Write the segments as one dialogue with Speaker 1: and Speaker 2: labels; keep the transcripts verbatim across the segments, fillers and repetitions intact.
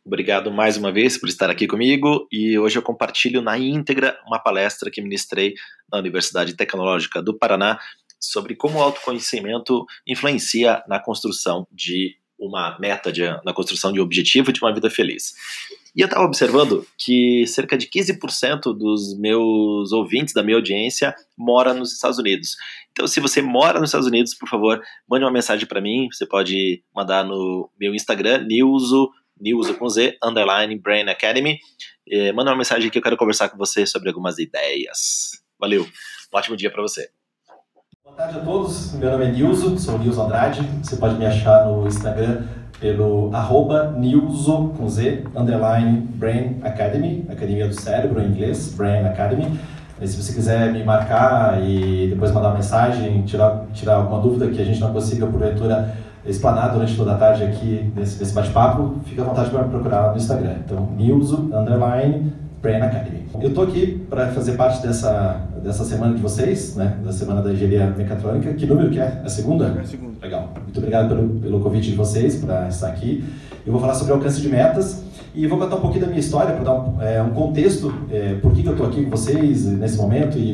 Speaker 1: Obrigado mais uma vez por estar aqui comigo e hoje eu compartilho na íntegra uma palestra que ministrei na Universidade Tecnológica do Paraná sobre como o autoconhecimento influencia na construção de uma meta, de, na construção de um objetivo de uma vida feliz. E eu estava observando que cerca de quinze por cento dos meus ouvintes, da minha audiência, mora nos Estados Unidos. Então, se você mora nos Estados Unidos, por favor, mande uma mensagem para mim. Você pode mandar no meu Instagram, Nilzo, Nilzo com Z, underline Brain Academy. É, manda uma mensagem que eu quero conversar com você sobre algumas ideias. Valeu, um ótimo dia para você.
Speaker 2: Boa tarde a todos, meu nome é Nilzo, sou Nilzo Andrade. Você pode me achar no Instagram pelo arroba Nilzo com Z, underline Brain Academy, Academia do Cérebro em inglês, Brain Academy. E se você quiser me marcar e depois mandar uma mensagem, tirar, tirar alguma dúvida que a gente não consiga, porventura, explanar durante toda a tarde aqui nesse, nesse bate-papo, fica à vontade para me procurar no Instagram. Então, Nilzo, underline Brain Academy. Eu estou aqui para fazer parte dessa, dessa semana de vocês, né, da Semana da Engenharia Mecatrônica. Que número que é? É a segunda? É a segunda. Legal. Muito obrigado pelo, pelo convite de vocês para estar aqui. Eu vou falar sobre alcance de metas e vou contar um pouquinho da minha história para dar um, é, um contexto, é, por que, que eu estou aqui com vocês nesse momento e,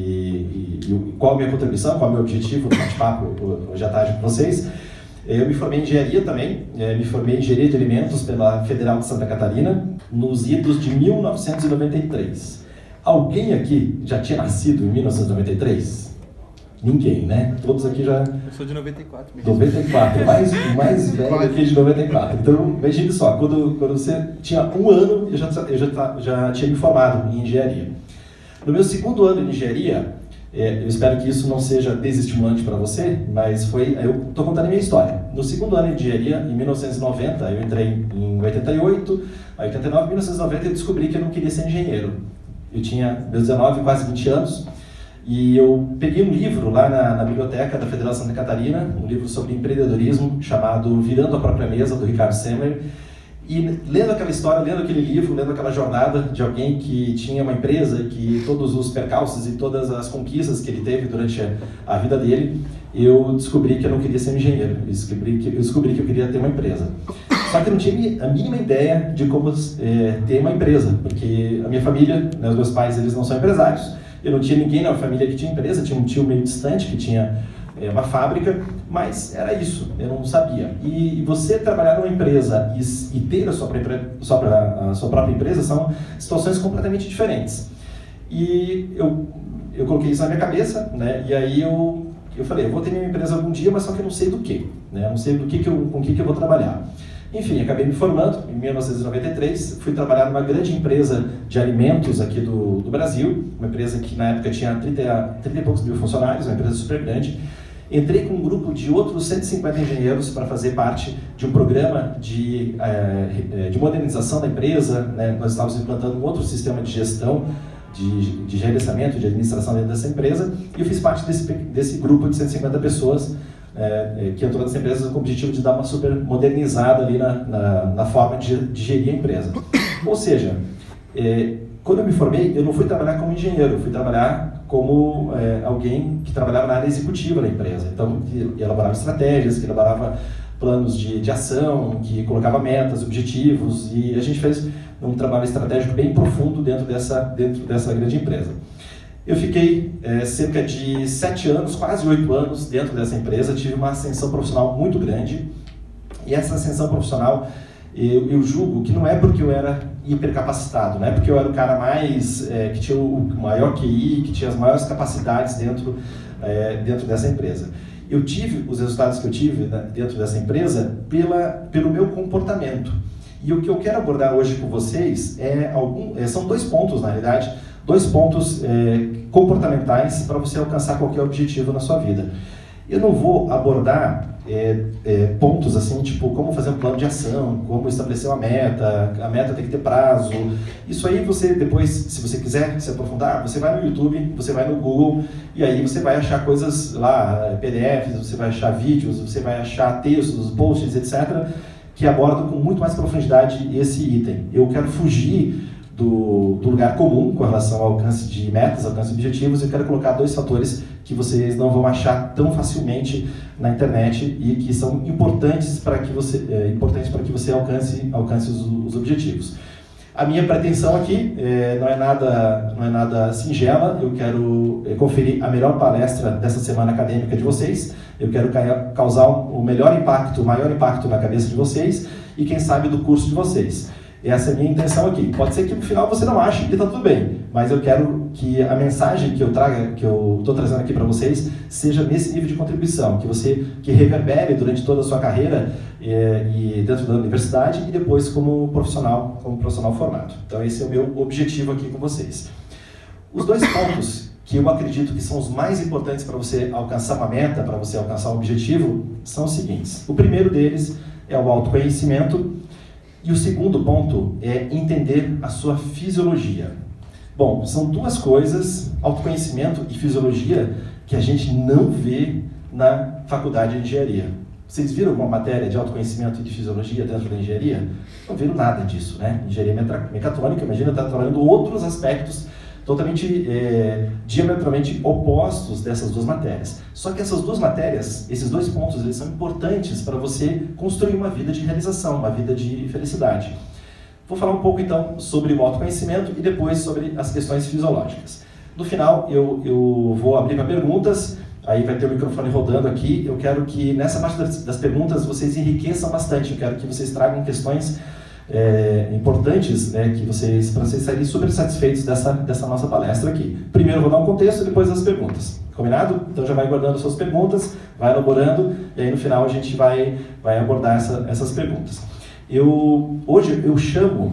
Speaker 2: e, e, e qual a minha contribuição, qual é o meu objetivo do bate-papo hoje à tarde com vocês. Eu me formei em engenharia também, me formei em engenharia de alimentos pela Federal de Santa Catarina, nos idos de mil novecentos e noventa e três. Alguém aqui já tinha nascido em mil novecentos e noventa e três? Ninguém, né? Todos aqui já...
Speaker 3: Eu sou de noventa e quatro. Mesmo.
Speaker 2: noventa e quatro, mais, mais velho aqui de noventa e quatro. Então, imagine só, quando, quando você tinha um ano, eu já, eu já, já tinha me formado em engenharia. No meu segundo ano de engenharia, É, eu espero que isso não seja desestimulante para você, mas foi, eu estou contando a minha história. No segundo ano de engenharia, em mil novecentos e noventa, eu entrei em oitenta e oito, a oitenta e nove, mil novecentos e noventa eu descobri que eu não queria ser engenheiro. Eu tinha meus dezenove, quase vinte anos, e eu peguei um livro lá na, na biblioteca da Federal de Santa Catarina, um livro sobre empreendedorismo, chamado Virando a Própria Mesa, do Ricardo Semler. E lendo aquela história, lendo aquele livro, lendo aquela jornada de alguém que tinha uma empresa, que todos os percalços e todas as conquistas que ele teve durante a vida dele, eu descobri que eu não queria ser engenheiro, eu descobri que eu, descobri que eu queria ter uma empresa. Só que eu não tinha a mínima ideia de como é, ter uma empresa, porque a minha família, né, os meus pais, eles não são empresários, eu não tinha ninguém na família que tinha empresa, tinha um tio meio distante que tinha é, uma fábrica, mas era isso, eu não sabia. E você trabalhar numa empresa e, e ter a sua, própria, a sua própria empresa são situações completamente diferentes. E eu, eu coloquei isso na minha cabeça, né? E aí eu, eu falei, eu vou ter minha empresa algum dia, mas só que eu não sei do que, né? Eu não sei do que que eu, com o que, que eu vou trabalhar. Enfim, acabei me formando em mil novecentos e noventa e três, fui trabalhar numa grande empresa de alimentos aqui do, do Brasil, uma empresa que na época tinha trinta, trinta e poucos mil funcionários, uma empresa super grande. Entrei com um grupo de outros cento e cinquenta engenheiros para fazer parte de um programa de, é, de modernização da empresa, né? Nós estávamos implantando um outro sistema de gestão, de, de gerenciamento, de administração dentro dessa empresa, e eu fiz parte desse, desse grupo de cento e cinquenta pessoas é, que entrou nessa empresa com o objetivo de dar uma super modernizada ali na, na, na forma de, de gerir a empresa. Ou seja, é, quando eu me formei, eu não fui trabalhar como engenheiro, eu fui trabalhar como é, alguém que trabalhava na área executiva da empresa. Então, que elaborava estratégias, que elaborava planos de, de ação, que colocava metas, objetivos, e a gente fez um trabalho estratégico bem profundo dentro dessa, dentro dessa grande empresa. Eu fiquei é, cerca de sete anos, quase oito anos dentro dessa empresa, tive uma ascensão profissional muito grande, e essa ascensão profissional, eu, eu julgo que não é porque eu era hipercapacitado, não é porque eu era o cara mais, é, que tinha o maior Q I, que tinha as maiores capacidades dentro, é, dentro dessa empresa. Eu tive os resultados que eu tive, né, dentro dessa empresa pela, pelo meu comportamento. E o que eu quero abordar hoje com vocês é algum, é, são dois pontos, na realidade, dois pontos é, comportamentais para você alcançar qualquer objetivo na sua vida. Eu não vou abordar é, é, pontos assim, tipo como fazer um plano de ação, como estabelecer uma meta, a meta tem que ter prazo. Isso aí você depois, se você quiser se aprofundar, você vai no YouTube, você vai no Google e aí você vai achar coisas lá, P D Fs, você vai achar vídeos, você vai achar textos, posts, etcétera, que abordam com muito mais profundidade esse item. Eu quero fugir do, do lugar comum com relação ao alcance de metas, alcance de objetivos, eu quero colocar dois fatores que vocês não vão achar tão facilmente na internet e que são importantes para que você, é, importantes para que você alcance, alcance os, os objetivos. A minha pretensão aqui é, não, é nada, não é nada singela, eu quero é, conferir a melhor palestra dessa semana acadêmica de vocês, eu quero ca causar o melhor impacto, o maior impacto na cabeça de vocês e quem sabe do curso de vocês. Essa é a minha intenção aqui. Pode ser que no final você não ache que está tudo bem, mas eu quero que a mensagem que eu traga, que eu estou trazendo aqui para vocês, seja nesse nível de contribuição, que você que reverbere durante toda a sua carreira é, e dentro da universidade e depois como profissional, como profissional formado. Então esse é o meu objetivo aqui com vocês. Os dois pontos que eu acredito que são os mais importantes para você alcançar uma meta, para você alcançar um objetivo, são os seguintes. O primeiro deles é o autoconhecimento. E o segundo ponto é entender a sua fisiologia. Bom, são duas coisas, autoconhecimento e fisiologia, que a gente não vê na faculdade de engenharia. Vocês viram alguma matéria de autoconhecimento e de fisiologia dentro da engenharia? Não viram nada disso, né? Engenharia mecatrônica, imagina, está trabalhando outros aspectos totalmente é, diametralmente opostos dessas duas matérias. Só que essas duas matérias, esses dois pontos, eles são importantes para você construir uma vida de realização, uma vida de felicidade. Vou falar um pouco então sobre o autoconhecimento e depois sobre as questões fisiológicas. No final eu, eu vou abrir para perguntas, aí vai ter o microfone rodando aqui. Eu quero que nessa parte das, das perguntas vocês enriqueçam bastante, eu quero que vocês tragam questões É, importantes, né, que vocês, para vocês saírem super satisfeitos dessa, dessa nossa palestra aqui. Primeiro eu vou dar um contexto e depois as perguntas. Combinado? Então já vai guardando suas perguntas, vai elaborando e aí no final a gente vai, vai abordar essa, essas perguntas. Eu, hoje eu chamo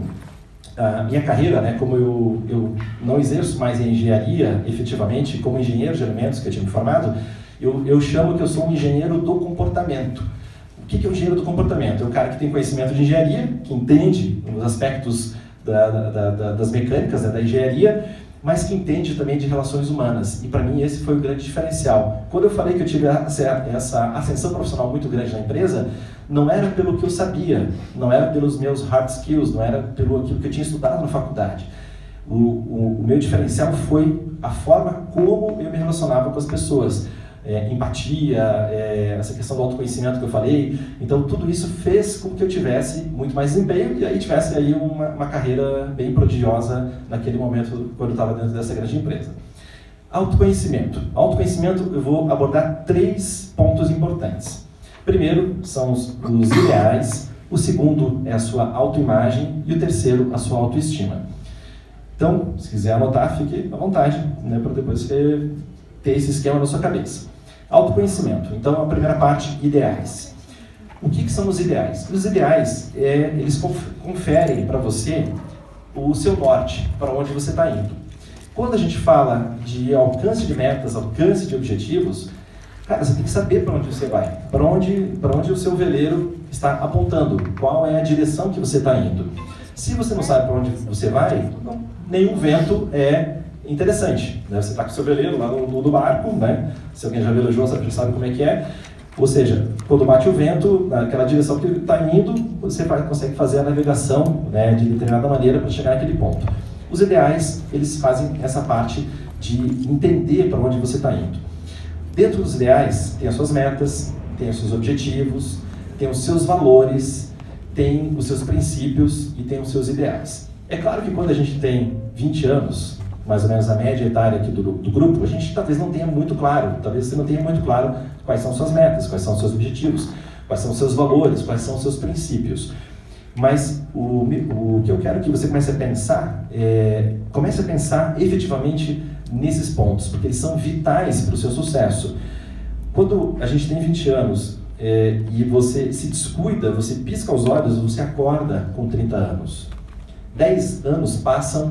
Speaker 2: a minha carreira, né, como eu, eu não exerço mais em engenharia efetivamente, como engenheiro de alimentos que eu tinha me formado, eu, eu chamo que eu sou um engenheiro do comportamento. O que é o engenheiro do comportamento? É o cara que tem conhecimento de engenharia, que entende os aspectos da, da, da, das mecânicas, né, da engenharia, mas que entende também de relações humanas. E para mim esse foi o grande diferencial. Quando eu falei que eu tive essa ascensão profissional muito grande na empresa, não era pelo que eu sabia, não era pelos meus hard skills, não era pelo aquilo que eu tinha estudado na faculdade. O, o, o meu diferencial foi a forma como eu me relacionava com as pessoas. É, empatia, é, essa questão do autoconhecimento que eu falei. Então tudo isso fez com que eu tivesse muito mais desempenho e aí tivesse aí uma, uma carreira bem prodigiosa naquele momento quando eu estava dentro dessa grande empresa. Autoconhecimento. Autoconhecimento eu vou abordar três pontos importantes. Primeiro são os, os ideais, o segundo é a sua autoimagem e o terceiro a sua autoestima. Então, se quiser anotar, fique à vontade, né, para depois você ter esse esquema na sua cabeça. Autoconhecimento. Então, a primeira parte, ideais. O que, que são os ideais? Os ideais, é, eles conferem para você o seu norte, para onde você está indo. Quando a gente fala de alcance de metas, alcance de objetivos, cara, você tem que saber para onde você vai, para onde, para onde o seu veleiro está apontando, qual é a direção que você está indo. Se você não sabe para onde você vai, não, nenhum vento é interessante, né? Você está com o seu veleiro lá no, no barco, né? Se alguém já velejou, você já sabe como é que é. Ou seja, quando bate o vento, naquela direção que ele está indo, você vai, consegue fazer a navegação, né, de determinada maneira para chegar naquele ponto. Os ideais, eles fazem essa parte de entender para onde você está indo. Dentro dos ideais, tem as suas metas, tem os seus objetivos, tem os seus valores, tem os seus princípios e tem os seus ideais. É claro que quando a gente tem vinte anos, mais ou menos a média etária aqui do, do grupo, a gente talvez não tenha muito claro, talvez você não tenha muito claro quais são suas metas, quais são os seus objetivos, quais são os seus valores, quais são os seus princípios. Mas o, o que eu quero que você comece a pensar, é, comece a pensar efetivamente nesses pontos, porque eles são vitais para o seu sucesso. Quando a gente tem vinte anos é, e você se descuida, você pisca os olhos, você acorda com trinta anos. dez anos passam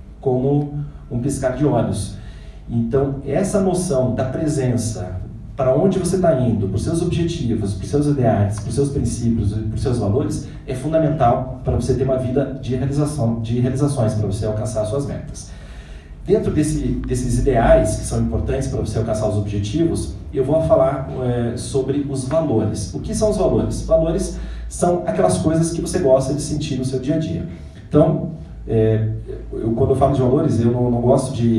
Speaker 2: como um piscar de olhos. Então, essa noção da presença, para onde você está indo, para os seus objetivos, para os seus ideais, para os seus princípios, para os seus valores, é fundamental para você ter uma vida de realização, de realizações, para você alcançar as suas metas. Dentro desse, desses ideais, que são importantes para você alcançar os objetivos, eu vou falar é, sobre os valores. O que são os valores? Valores são aquelas coisas que você gosta de sentir no seu dia a dia. Então, É, eu, quando eu falo de valores, eu não, não gosto de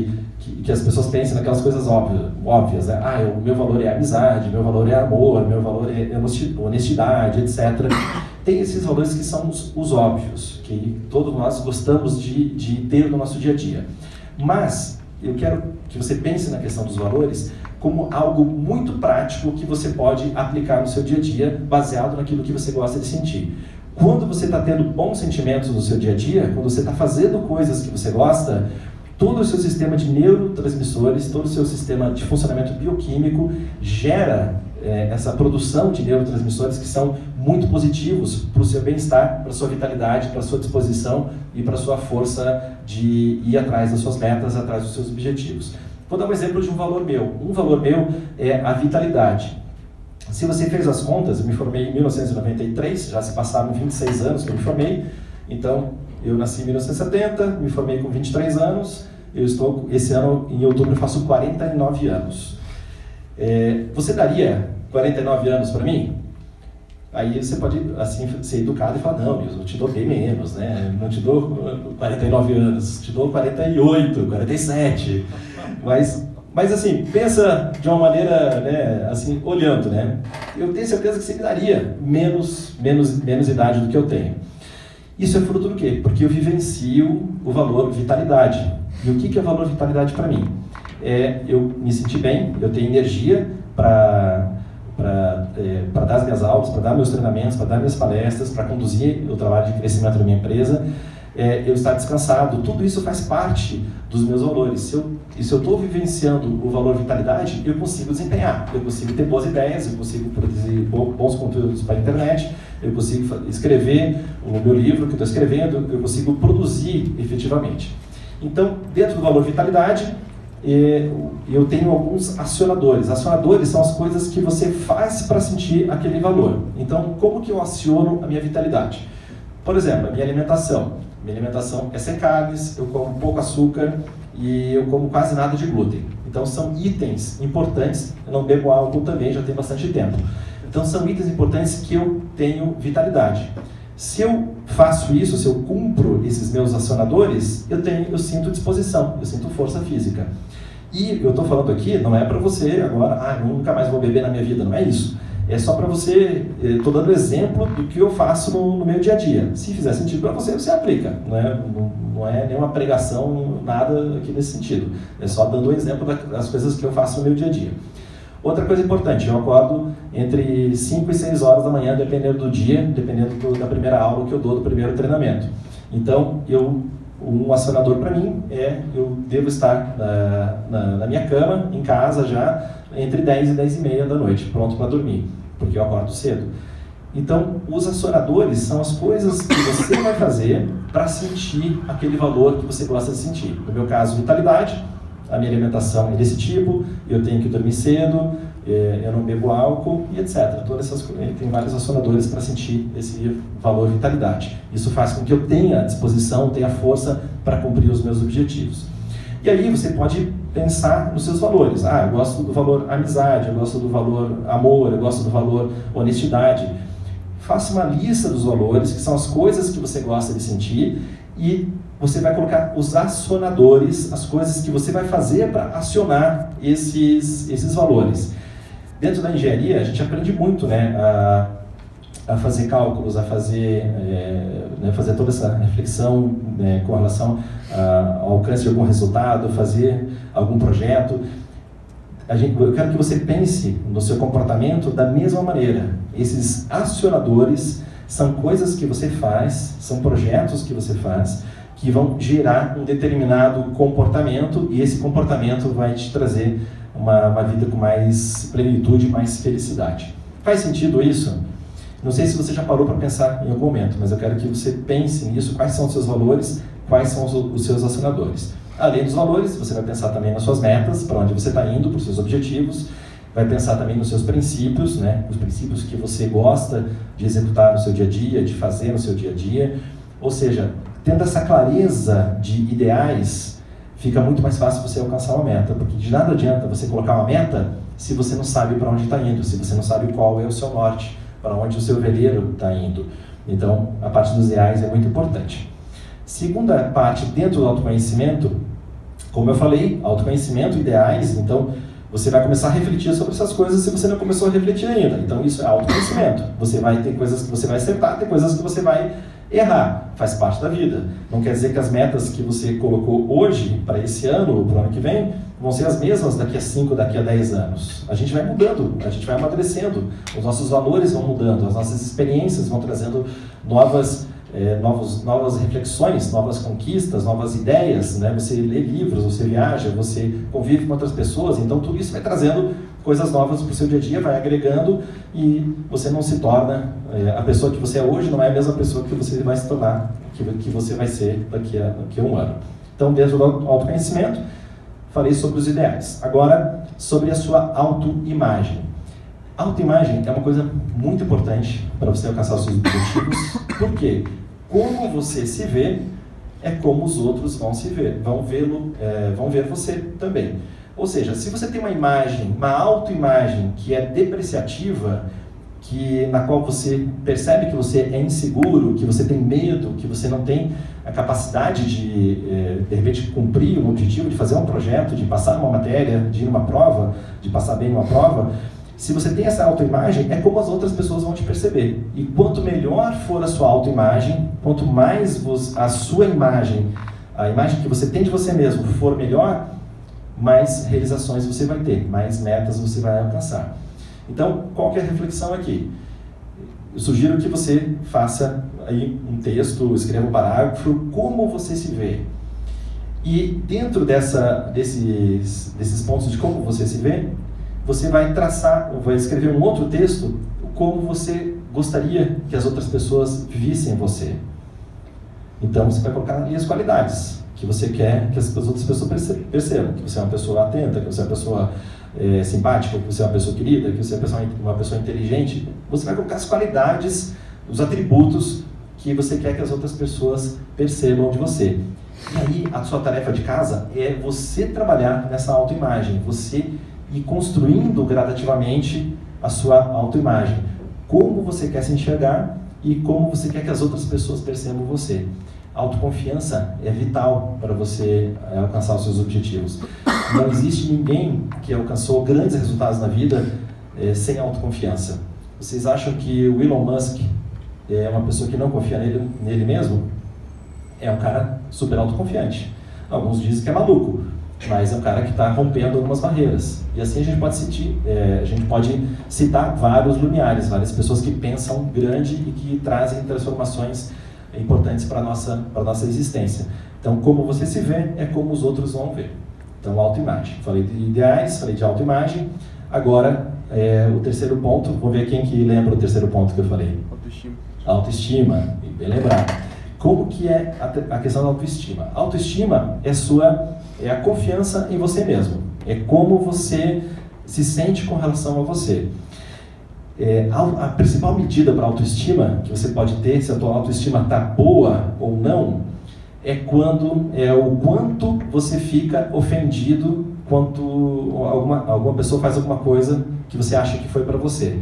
Speaker 2: que, que as pessoas pensem naquelas coisas óbvias, óbvias né? Ah, o meu valor é amizade, meu valor é amor, meu valor é honestidade, etcétera. Tem esses valores que são os, os óbvios, que todos nós gostamos de, de ter no nosso dia a dia. Mas eu quero que você pense na questão dos valores como algo muito prático que você pode aplicar no seu dia a dia, baseado naquilo que você gosta de sentir. Quando você está tendo bons sentimentos no seu dia a dia, quando você está fazendo coisas que você gosta, todo o seu sistema de neurotransmissores, todo o seu sistema de funcionamento bioquímico gera é, essa produção de neurotransmissores que são muito positivos para o seu bem-estar, para a sua vitalidade, para a sua disposição e para a sua força de ir atrás das suas metas, atrás dos seus objetivos. Vou dar um exemplo de um valor meu. Um valor meu é a vitalidade. Se você fez as contas, eu me formei em mil novecentos e noventa e três, já se passaram vinte e seis anos que eu me formei, então eu nasci em mil novecentos e setenta, me formei com vinte e três anos, eu estou, esse ano, em outubro, eu faço quarenta e nove anos. É, você daria quarenta e nove anos para mim? Aí você pode assim, ser educado e falar, não, eu te dou bem menos, né? Não te dou quarenta e nove anos, te dou quarenta e oito, quarenta e sete, mas... Mas assim, pensa de uma maneira, né, assim, olhando, né? Eu tenho certeza que você me daria menos, menos, menos idade do que eu tenho. Isso é fruto do quê? Porque eu vivencio o valor vitalidade. E o que que é valor vitalidade para mim? É eu me sentir bem, eu tenho energia para para é, para dar as minhas aulas, para dar meus treinamentos, para dar minhas palestras, para conduzir o trabalho de crescimento da minha empresa. É, eu estar descansado, tudo isso faz parte dos meus valores. Se eu se eu estou vivenciando o valor vitalidade, eu consigo desempenhar, eu consigo ter boas ideias, eu consigo produzir bons conteúdos para a internet, eu consigo escrever o meu livro que eu estou escrevendo, eu consigo produzir efetivamente. Então, dentro do valor vitalidade, eu tenho alguns acionadores. Acionadores são as coisas que você faz para sentir aquele valor. Então, como que eu aciono a minha vitalidade? Por exemplo, a minha alimentação. Minha alimentação é sem carnes, eu como pouco açúcar e eu como quase nada de glúten. Então são itens importantes, eu não bebo álcool também, já tem bastante tempo. Então são itens importantes que eu tenho vitalidade. Se eu faço isso, se eu cumpro esses meus acionadores, eu, tenho, eu sinto disposição, eu sinto força física. E eu estou falando aqui, não é para você agora, ah, nunca mais vou beber na minha vida, não é isso. É só para você, estou dando exemplo do que eu faço no, no meu dia a dia. Se fizer sentido para você, você aplica. Não é, não, não é nenhuma pregação, nada aqui nesse sentido. É só dando um exemplo das coisas que eu faço no meu dia a dia. Outra coisa importante, eu acordo entre cinco e seis horas da manhã, dependendo do dia, dependendo do, da primeira aula que eu dou, do primeiro treinamento. Então, eu, um acionador para mim é, eu devo estar na, na, na minha cama, em casa já, entre dez e dez e meia da noite, pronto para dormir, porque eu acordo cedo. Então, os acionadores são as coisas que você vai fazer para sentir aquele valor que você gosta de sentir. No meu caso, vitalidade, a minha alimentação é desse tipo, eu tenho que dormir cedo, eu não bebo álcool e etcétera. Todas essas coisas, tem vários acionadores para sentir esse valor vitalidade. Isso faz com que eu tenha disposição, tenha força para cumprir os meus objetivos. E aí você pode pensar nos seus valores. Ah, eu gosto do valor amizade, eu gosto do valor amor, eu gosto do valor honestidade. Faça uma lista dos valores, que são as coisas que você gosta de sentir, e você vai colocar os acionadores, as coisas que você vai fazer para acionar esses, esses valores. Dentro da engenharia, a gente aprende muito, né, a, a fazer cálculos, a fazer, é, né, fazer toda essa reflexão, né, com relação a, ao alcance de algum resultado, fazer algum projeto. A gente, eu quero que você pense no seu comportamento da mesma maneira. Esses acionadores são coisas que você faz, são projetos que você faz, que vão gerar um determinado comportamento, e esse comportamento vai te trazer uma, uma vida com mais plenitude, mais felicidade. Faz sentido isso? Não sei se você já parou para pensar em algum momento, mas eu quero que você pense nisso, quais são os seus valores, quais são os, os seus acionadores. Além dos valores, você vai pensar também nas suas metas, para onde você está indo, para os seus objetivos, vai pensar também nos seus princípios, né? Os princípios que você gosta de executar no seu dia a dia, de fazer no seu dia a dia. Ou seja, tendo essa clareza de ideais, fica muito mais fácil você alcançar uma meta, porque de nada adianta você colocar uma meta se você não sabe para onde está indo, se você não sabe qual é o seu norte, para onde o seu veleiro está indo. Então, a parte dos ideais é muito importante. Segunda parte, dentro do autoconhecimento, Como eu falei, autoconhecimento, ideais, então você vai começar a refletir sobre essas coisas se você não começou a refletir ainda. Então isso é autoconhecimento. Você vai ter coisas que você vai acertar, tem coisas que você vai errar. Faz parte da vida. Não quer dizer que as metas que você colocou hoje, para esse ano ou para o ano que vem, vão ser as mesmas daqui a cinco, daqui a dez anos. A gente vai mudando, a gente vai amadurecendo, os nossos valores vão mudando, as nossas experiências vão trazendo novas, é, novos, novas reflexões, novas conquistas, novas ideias, né? Você lê livros, você viaja, você convive com outras pessoas, então tudo isso vai trazendo coisas novas para o seu dia a dia, vai agregando e você não se torna, é, a pessoa que você é hoje não é a mesma pessoa que você vai se tornar, que, que você vai ser daqui a, daqui a um ano. Então, dentro do autoconhecimento, falei sobre os ideais. Agora, sobre a sua autoimagem. Autoimagem é uma coisa muito importante para você alcançar os seus objetivos. Por quê? Como você se vê é como os outros vão se ver, vão vê-lo, é, vão ver você também. Ou seja, se você tem uma imagem, uma autoimagem que é depreciativa, que, na qual você percebe que você é inseguro, que você tem medo, que você não tem a capacidade de, de repente, cumprir um objetivo, de fazer um projeto, de passar uma matéria, de ir numa prova, de passar bem numa prova, se você tem essa autoimagem, é como as outras pessoas vão te perceber. E quanto melhor for a sua autoimagem, quanto mais a sua imagem, a imagem que você tem de você mesmo for melhor, mais realizações você vai ter, mais metas você vai alcançar. Então, qual que é a reflexão aqui? Eu sugiro que você faça aí um texto, escreva um parágrafo, como você se vê. E dentro dessa, desses, desses pontos de como você se vê, você vai traçar, vai escrever um outro texto, como você gostaria que as outras pessoas vissem você. Então, você vai colocar ali as qualidades que você quer que as outras pessoas percebam, que você é uma pessoa atenta, que você é uma pessoa é, simpática, que você é uma pessoa querida, que você é uma pessoa, uma pessoa inteligente. Você vai colocar as qualidades, os atributos que você quer que as outras pessoas percebam de você. E aí, a sua tarefa de casa é você trabalhar nessa autoimagem, você ir construindo gradativamente a sua autoimagem. Como você quer se enxergar e como você quer que as outras pessoas percebam você. Autoconfiança é vital para você é, alcançar os seus objetivos. Não existe ninguém que alcançou grandes resultados na vida é, sem autoconfiança. Vocês acham que o Elon Musk é uma pessoa que não confia nele, nele mesmo? É um cara super autoconfiante. Alguns dizem que é maluco, mas é um cara que está rompendo algumas barreiras. E assim a gente pode citar, é, a gente pode citar vários luminares, várias pessoas que pensam grande e que trazem transformações importantes para a nossa, para a nossa existência. Então, como você se vê, é como os outros vão ver. Então, autoimagem. Falei de ideais, falei de autoimagem. Agora, é, o terceiro ponto, vou ver quem que lembra o terceiro ponto que eu falei.
Speaker 3: Autoestima.
Speaker 2: Autoestima, bem lembrado. Como que é a, a questão da autoestima? Autoestima é, sua, é a confiança em você mesmo. É como você se sente com relação a você. É, a, a principal medida para a autoestima que você pode ter, se a tua autoestima está boa ou não, é quando é o quanto você fica ofendido quando alguma, alguma pessoa faz alguma coisa que você acha que foi para você.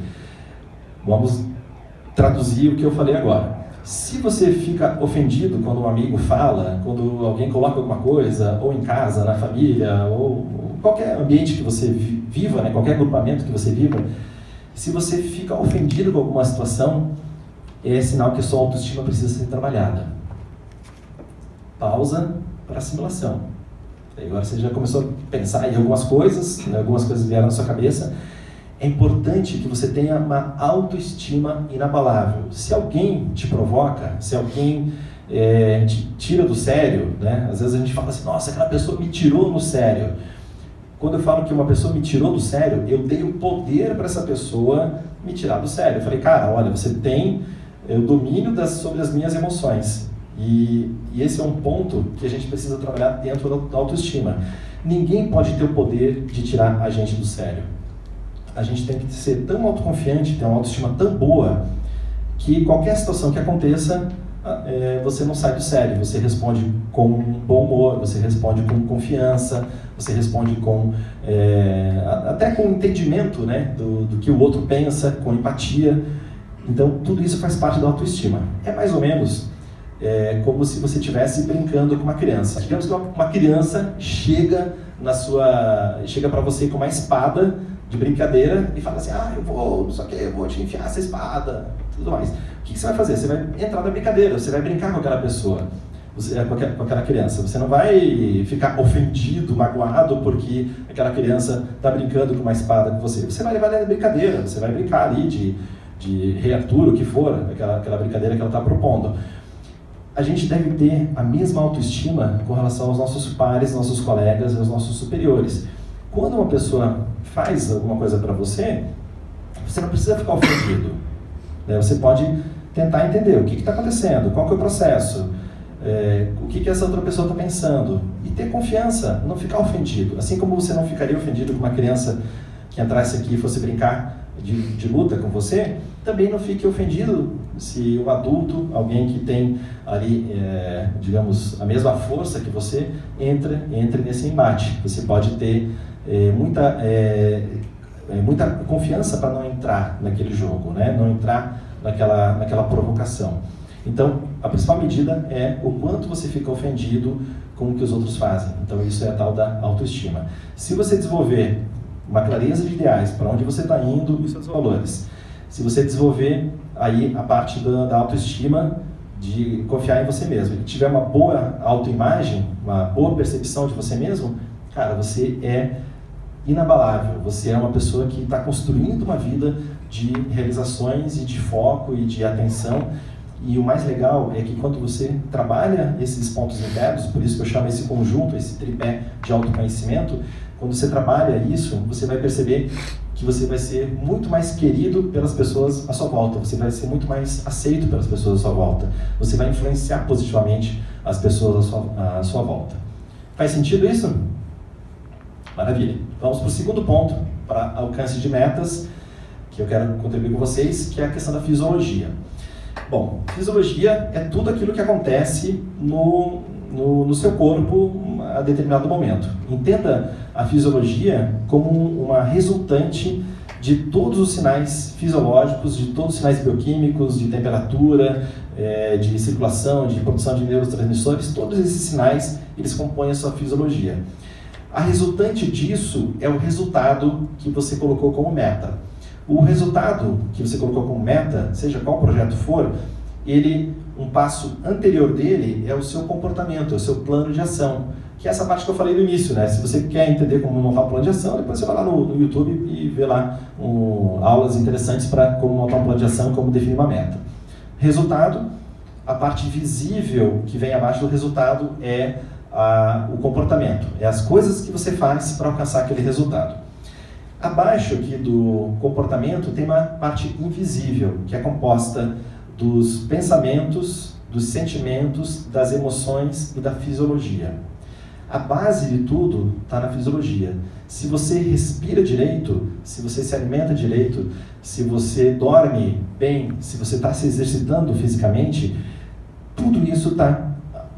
Speaker 2: Vamos traduzir o que eu falei agora. Se você fica ofendido quando um amigo fala, quando alguém coloca alguma coisa, ou em casa, na família, ou qualquer ambiente que você viva, né, qualquer agrupamento que você viva, se você fica ofendido com alguma situação, é sinal que a sua autoestima precisa ser trabalhada. Pausa para assimilação. Agora você já começou a pensar em algumas coisas, né, algumas coisas vieram na sua cabeça. É importante que você tenha uma autoestima inabalável. Se alguém te provoca, se alguém é, te tira do sério, né? Às vezes a gente fala assim, nossa, aquela pessoa me tirou no sério. Quando eu falo que uma pessoa me tirou do sério, eu dei o poder para essa pessoa me tirar do sério. Eu falei, cara, olha, você tem o domínio das, sobre as minhas emoções. E, e esse é um ponto que a gente precisa trabalhar dentro da autoestima. Ninguém pode ter o poder de tirar a gente do sério. A gente tem que ser tão autoconfiante, ter uma autoestima tão boa, que qualquer situação que aconteça, é, você não sai do sério, você responde com bom humor, você responde com confiança, você responde com, é, até com entendimento, né, do, do que o outro pensa, com empatia. Então, tudo isso faz parte da autoestima. É mais ou menos é, como se você estivesse brincando com uma criança. Digamos que uma, uma criança chega na sua, chega para você com uma espada de brincadeira e fala assim, ah, eu vou, não sei o que, eu vou te enfiar essa espada, tudo mais. O que, que você vai fazer? Você vai entrar na brincadeira, você vai brincar com aquela pessoa, você, com, aquela, com aquela criança. Você não vai ficar ofendido, magoado porque aquela criança está brincando com uma espada com você. Você vai levar ela na brincadeira, você vai brincar ali de, de Rei Arthur, o que for, aquela, aquela brincadeira que ela está propondo. A gente deve ter a mesma autoestima com relação aos nossos pares, nossos colegas e aos nossos superiores. Quando uma pessoa faz alguma coisa para você, você não precisa ficar ofendido. Né? Você pode tentar entender o que está acontecendo, qual que é o processo, é, o que, que essa outra pessoa está pensando. E ter confiança, não ficar ofendido. Assim como você não ficaria ofendido com uma criança que entrasse aqui e fosse brincar de, de luta com você, também não fique ofendido se um adulto, alguém que tem ali, é, digamos, a mesma força que você, entra, entre nesse embate. Você pode ter é, muita, é, é, muita confiança para não entrar naquele jogo, né? Não entrar naquela, naquela provocação. Então, a principal medida é o quanto você fica ofendido com o que os outros fazem. Então, isso é a tal da autoestima. Se você desenvolver uma clareza de ideais, para onde você está indo e seus valores, se você desenvolver aí a parte da, da autoestima, de confiar em você mesmo, e tiver uma boa autoimagem, uma boa percepção de você mesmo, cara, você é inabalável, você é uma pessoa que está construindo uma vida de realizações e de foco e de atenção. E o mais legal é que quando você trabalha esses pontos internos, por isso que eu chamo esse conjunto, esse tripé de autoconhecimento, quando você trabalha isso, você vai perceber que você vai ser muito mais querido pelas pessoas à sua volta, você vai ser muito mais aceito pelas pessoas à sua volta, você vai influenciar positivamente as pessoas à sua, à sua volta. Faz sentido isso? Maravilha. Vamos para o segundo ponto, para alcance de metas, que eu quero contribuir com vocês, que é a questão da fisiologia. Bom, fisiologia é tudo aquilo que acontece no, no, no seu corpo a determinado momento. Entenda a fisiologia como uma resultante de todos os sinais fisiológicos, de todos os sinais bioquímicos, de temperatura, é, de circulação, de produção de neurotransmissores, todos esses sinais, eles compõem a sua fisiologia. A resultante disso é o resultado que você colocou como meta. O resultado que você colocou como meta, seja qual projeto for, ele, um passo anterior dele é o seu comportamento, é o seu plano de ação, que é essa parte que eu falei no início, né? Se você quer entender como montar um plano de ação, depois você vai lá no, no YouTube e vê lá um, aulas interessantes para como montar um plano de ação, como definir uma meta. Resultado, a parte visível que vem abaixo do resultado é a, o comportamento, é as coisas que você faz para alcançar aquele resultado. Abaixo aqui do comportamento tem uma parte invisível, que é composta dos pensamentos, dos sentimentos, das emoções e da fisiologia. A base de tudo está na fisiologia. Se você respira direito, se você se alimenta direito, se você dorme bem, se você está se exercitando fisicamente, tudo isso está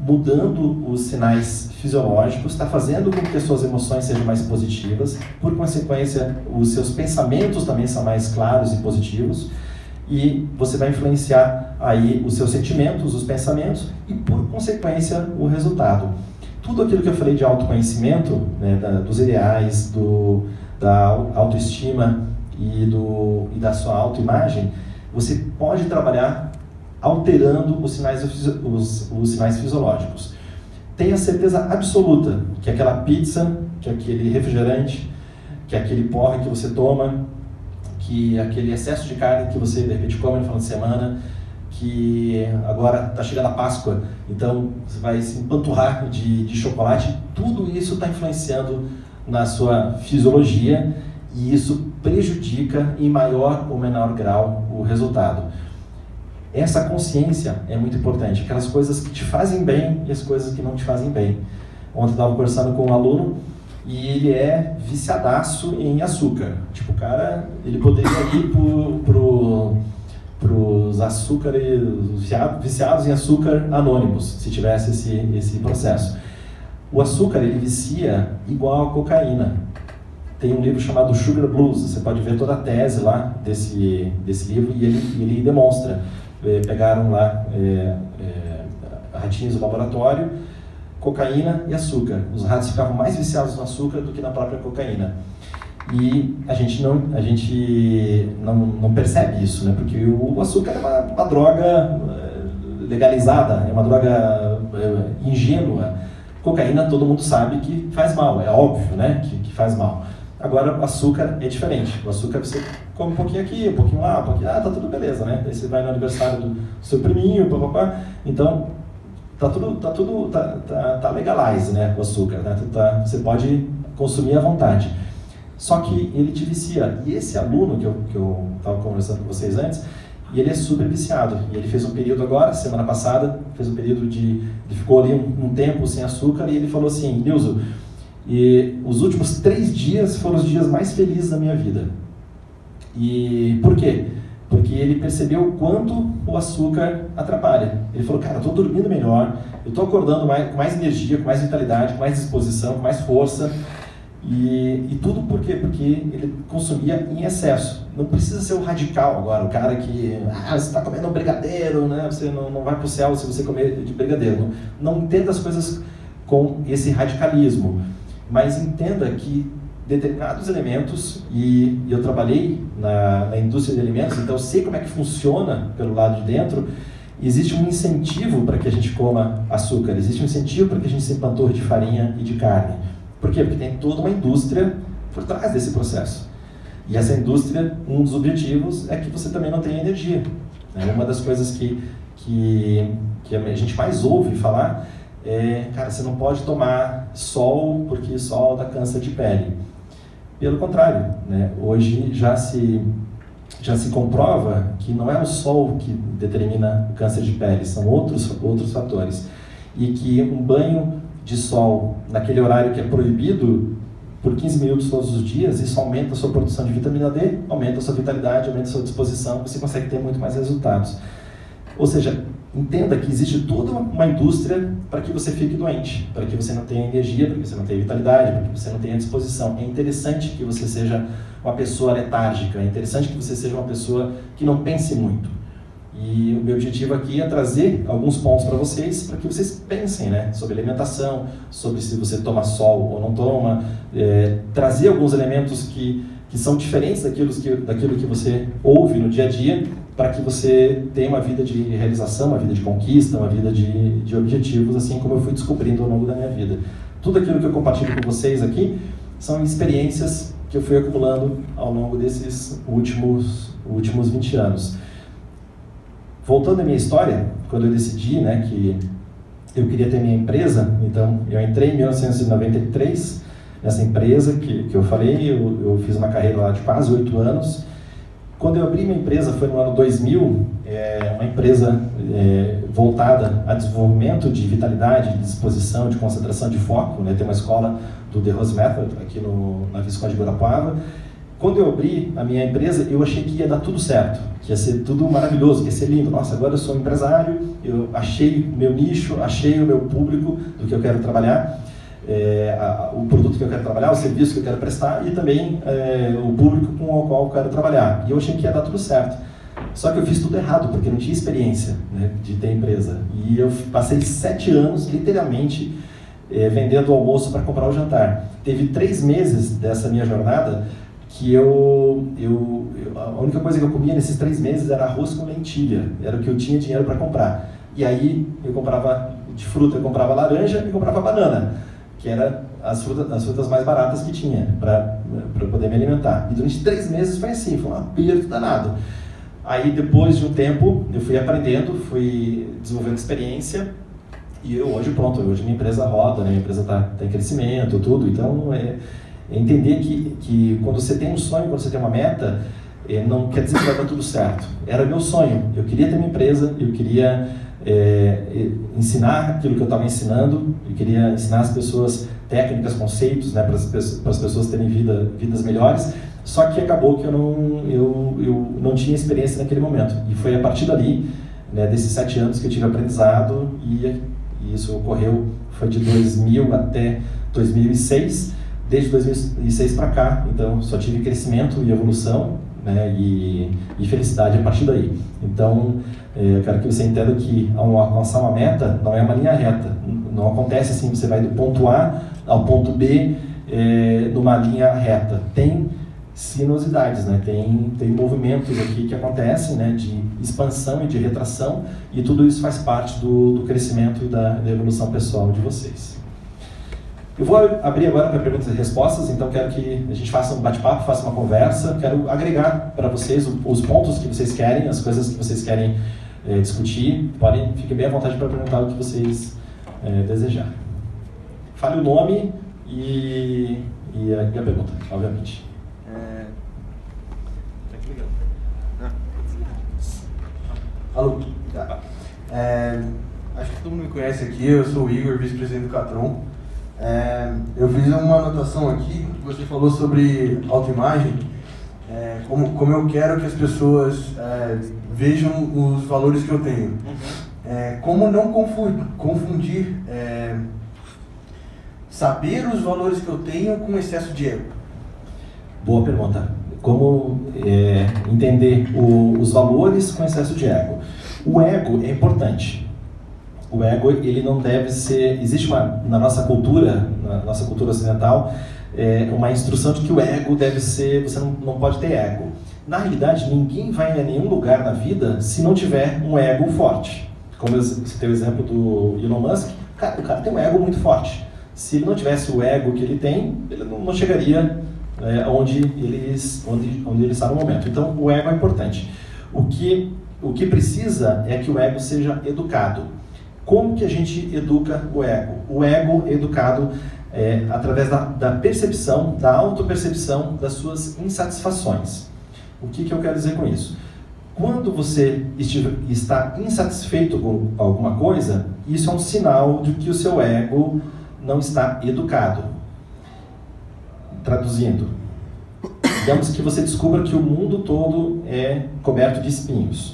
Speaker 2: mudando os sinais fisiológicos, está fazendo com que as suas emoções sejam mais positivas, por consequência, os seus pensamentos também são mais claros e positivos, e você vai influenciar aí os seus sentimentos, os pensamentos, e por consequência, o resultado. Tudo aquilo que eu falei de autoconhecimento, né, da, dos ideais, do, da autoestima e, do, e da sua autoimagem, você pode trabalhar alterando os sinais, os, os sinais fisiológicos. Tenha certeza absoluta que aquela pizza, que aquele refrigerante, que aquele porre que você toma, que aquele excesso de carne que você de repente come no final de semana, que agora está chegando a Páscoa, então você vai se empanturrar de, de chocolate, tudo isso está influenciando na sua fisiologia e isso prejudica em maior ou menor grau o resultado. Essa consciência é muito importante, aquelas coisas que te fazem bem e as coisas que não te fazem bem. Ontem eu estava conversando com um aluno e ele é viciadaço em açúcar. Tipo, o cara, ele poderia ir para os açúcares, viciados em açúcar anônimos, se tivesse esse, esse processo. O açúcar, ele vicia igual a cocaína. Tem um livro chamado Sugar Blues, você pode ver toda a tese lá desse, desse livro e ele, ele demonstra. Pegaram lá é, é, ratinhos do laboratório, cocaína e açúcar. Os ratos ficavam mais viciados no açúcar do que na própria cocaína. E a gente não, a gente não, não percebe isso, né? Porque o açúcar é uma, uma droga legalizada, é uma droga ingênua. Cocaína todo mundo sabe que faz mal, é óbvio, né? que, que faz mal. Agora o açúcar é diferente. O açúcar você come um pouquinho aqui, um pouquinho lá, um pouquinho... Ah, tá tudo beleza, né? Daí você vai no aniversário do seu priminho, papapá. Então, tá tudo, tá tudo, tá, tá, tá legalize, né? O açúcar, né? Tá, você pode consumir à vontade. Só que ele te vicia. E esse aluno que eu que eu estava conversando com vocês antes, e ele é super viciado. E ele fez um período agora, semana passada, fez um período de... Ele ficou ali um, um tempo sem açúcar e ele falou assim, Nilson, e os últimos três dias foram os dias mais felizes da minha vida. E por quê? Porque ele percebeu o quanto o açúcar atrapalha. Ele falou, cara, eu estou dormindo melhor, eu estou acordando mais, com mais energia, com mais vitalidade, com mais disposição, com mais força. E, e tudo por quê? Porque ele consumia em excesso. Não precisa ser o radical agora, o cara que, ah, você está comendo um brigadeiro, né? Você não, não vai para o céu se você comer de brigadeiro. Não, não entenda as coisas com esse radicalismo. Mas entenda que determinados elementos, e eu trabalhei na, na indústria de alimentos, então eu sei como é que funciona pelo lado de dentro, existe um incentivo para que a gente coma açúcar, existe um incentivo para que a gente se empanturre de farinha e de carne. Por quê? Porque tem toda uma indústria por trás desse processo. E essa indústria, um dos objetivos é que você também não tenha energia. É uma das coisas que, que, que a gente mais ouve falar é, cara, você não pode tomar sol porque sol dá câncer de pele. Pelo contrário, né? Hoje já se, já se comprova que não é o sol que determina o câncer de pele, são outros, outros fatores. E que um banho de sol naquele horário que é proibido por quinze minutos todos os dias, isso aumenta a sua produção de vitamina D, aumenta a sua vitalidade, aumenta a sua disposição, você consegue ter muito mais resultados. Ou seja, entenda que existe toda uma indústria para que você fique doente, para que você não tenha energia, para que você não tenha vitalidade, para que você não tenha disposição. É interessante que você seja uma pessoa letárgica, é interessante que você seja uma pessoa que não pense muito. E o meu objetivo aqui é trazer alguns pontos para vocês, para que vocês pensem, né, sobre alimentação, sobre se você toma sol ou não toma, é, trazer alguns elementos que, que são diferentes daquilo que, daquilo que você ouve no dia a dia, para que você tenha uma vida de realização, uma vida de conquista, uma vida de, de objetivos, assim como eu fui descobrindo ao longo da minha vida. Tudo aquilo que eu compartilho com vocês aqui são experiências que eu fui acumulando ao longo desses últimos, últimos vinte anos. Voltando à minha história, quando eu decidi, né, que eu queria ter minha empresa, então eu entrei em mil novecentos e noventa e três nessa empresa que, que eu falei, eu, eu fiz uma carreira lá de quase oito anos. Quando eu abri minha empresa foi no ano dois mil, é, uma empresa é, voltada a desenvolvimento de vitalidade, de disposição, de concentração, de foco, né? Tem uma escola do The Rose Method aqui no, na Visconde de Guarapuava. Quando eu abri a minha empresa, eu achei que ia dar tudo certo, que ia ser tudo maravilhoso, que ia ser lindo. Nossa, agora eu sou um empresário, eu achei meu nicho, achei o meu público do que eu quero trabalhar, é, a, o produto que eu quero trabalhar, o serviço que eu quero prestar e também é, o público com o qual eu quero trabalhar. E eu achei que ia dar tudo certo. Só que eu fiz tudo errado, porque eu não tinha experiência, né, de ter empresa. E eu passei sete anos, literalmente, é, vendendo o almoço para comprar o jantar. Teve três meses dessa minha jornada que eu, eu, eu, a única coisa que eu comia nesses três meses era arroz com lentilha, era o que eu tinha dinheiro para comprar. E aí eu comprava de fruta, eu comprava laranja e comprava banana, que eram as frutas, as frutas mais baratas que tinha para poder me alimentar. E durante três meses foi assim, foi um aperto danado. Aí depois de um tempo eu fui aprendendo, fui desenvolvendo experiência e eu hoje pronto, hoje minha empresa roda, né? Minha empresa está tá em crescimento, tudo, então é... entender que, que quando você tem um sonho, quando você tem uma meta, eh, não quer dizer que vai dar tudo certo. Era meu sonho, eu queria ter minha empresa, eu queria eh, ensinar aquilo que eu estava ensinando, eu queria ensinar as pessoas técnicas, conceitos, né, para as pessoas terem vida, vidas melhores, só que acabou que eu não, eu, eu não tinha experiência naquele momento. E foi a partir dali, né, desses sete anos que eu tive aprendizado, e, e isso ocorreu, foi de dois mil até dois mil e seis, desde dois mil e seis para cá, então só tive crescimento e evolução, né, e, e felicidade a partir daí. Então, eu quero que você entenda que alcançar uma meta não é uma linha reta. Não acontece assim, você vai do ponto A ao ponto B é, numa linha reta. Tem sinuosidades, né? tem, tem movimentos aqui que acontecem, né, de expansão e de retração, e tudo isso faz parte do, do crescimento e da, da evolução pessoal de vocês. Eu vou abrir agora para perguntas e respostas, então quero que a gente faça um bate-papo, faça uma conversa, quero agregar para vocês os pontos que vocês querem, as coisas que vocês querem é, discutir. Podem, fiquem bem à vontade para perguntar o que vocês é, desejarem. Fale o nome e, e, a, e a pergunta, obviamente.
Speaker 3: É... Tá ligado? Ah.
Speaker 4: Alô? Tá. É, acho que todo mundo me conhece aqui, eu sou o Igor, vice-presidente do Catron. É, eu fiz uma anotação aqui, você falou sobre autoimagem, é, como, como eu quero que as pessoas é, vejam os valores que eu tenho. É, como não confundir, confundir é, saber os valores que eu tenho com excesso de ego?
Speaker 2: Boa pergunta. Como é, entender o, os valores com excesso de ego? O ego é importante. O ego, ele não deve ser... Existe uma, na nossa cultura, na nossa cultura ocidental, é, uma instrução de que o ego deve ser... Você não, não pode ter ego. Na realidade, ninguém vai a nenhum lugar na vida se não tiver um ego forte. Como você tem o exemplo do Elon Musk, o cara, o cara tem um ego muito forte. Se ele não tivesse o ego que ele tem, ele não, não chegaria é, onde, eles, onde, onde ele está no momento. Então, o ego é importante. O que, o que precisa é que o ego seja educado. Como que a gente educa o ego? O ego é educado é, através da, da percepção, da autopercepção das suas insatisfações. O que, que eu quero dizer com isso? Quando você estiver, está insatisfeito com alguma coisa, isso é um sinal de que o seu ego não está educado. Traduzindo, digamos que você descubra que o mundo todo é coberto de espinhos.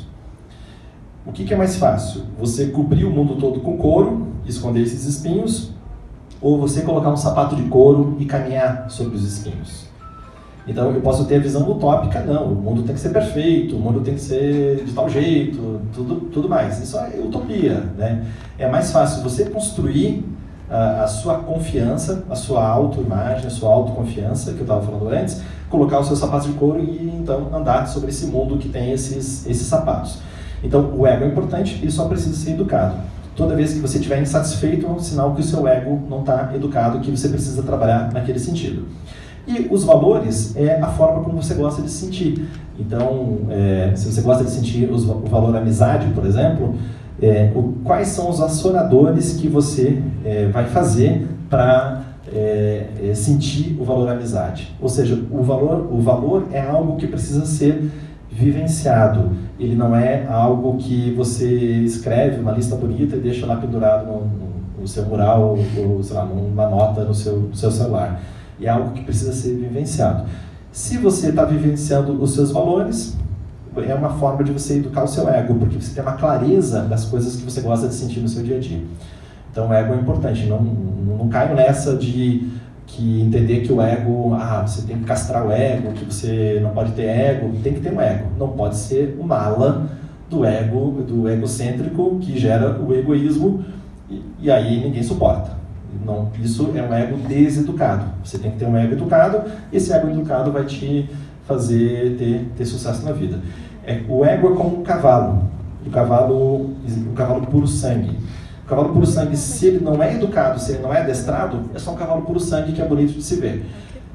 Speaker 2: O que, que é mais fácil? Você cobrir o mundo todo com couro, esconder esses espinhos, ou você colocar um sapato de couro e caminhar sobre os espinhos? Então, eu posso ter a visão utópica, não, o mundo tem que ser perfeito, o mundo tem que ser de tal jeito, tudo, tudo mais. Isso é utopia, né? É mais fácil você construir a, a sua confiança, a sua autoimagem, a sua autoconfiança, que eu estava falando antes, colocar os seus sapatos de couro e, então, andar sobre esse mundo que tem esses, esses sapatos. Então, o ego é importante, ele só precisa ser educado. Toda vez que você estiver insatisfeito, é um sinal que o seu ego não está educado, que você precisa trabalhar naquele sentido. E os valores é a forma como você gosta de se sentir. Então, é, se você gosta de sentir os, o valor amizade, por exemplo, é, o, quais são os acionadores que você é, vai fazer para é, é, sentir o valor amizade? Ou seja, o valor, o valor é algo que precisa ser vivenciado. Ele não é algo que você escreve uma lista bonita e deixa lá pendurado no, no, no seu mural ou, sei lá, numa nota no seu, no seu celular. É algo que precisa ser vivenciado. Se você está vivenciando os seus valores, é uma forma de você educar o seu ego, porque você tem uma clareza das coisas que você gosta de sentir no seu dia a dia. Então, o ego é importante. Não, não, não caio nessa de que entender que o ego, ah, você tem que castrar o ego, que você não pode ter ego. Tem que ter um ego. Não pode ser uma ala do ego, do egocêntrico, que gera o egoísmo, e, e aí ninguém suporta. Não, isso é um ego deseducado. Você tem que ter um ego educado, e esse ego educado vai te fazer ter, ter sucesso na vida. É, o ego é como um cavalo. O cavalo, o cavalo puro sangue. O cavalo puro sangue, se ele não é educado, se ele não é adestrado, é só um cavalo puro sangue que é bonito de se ver.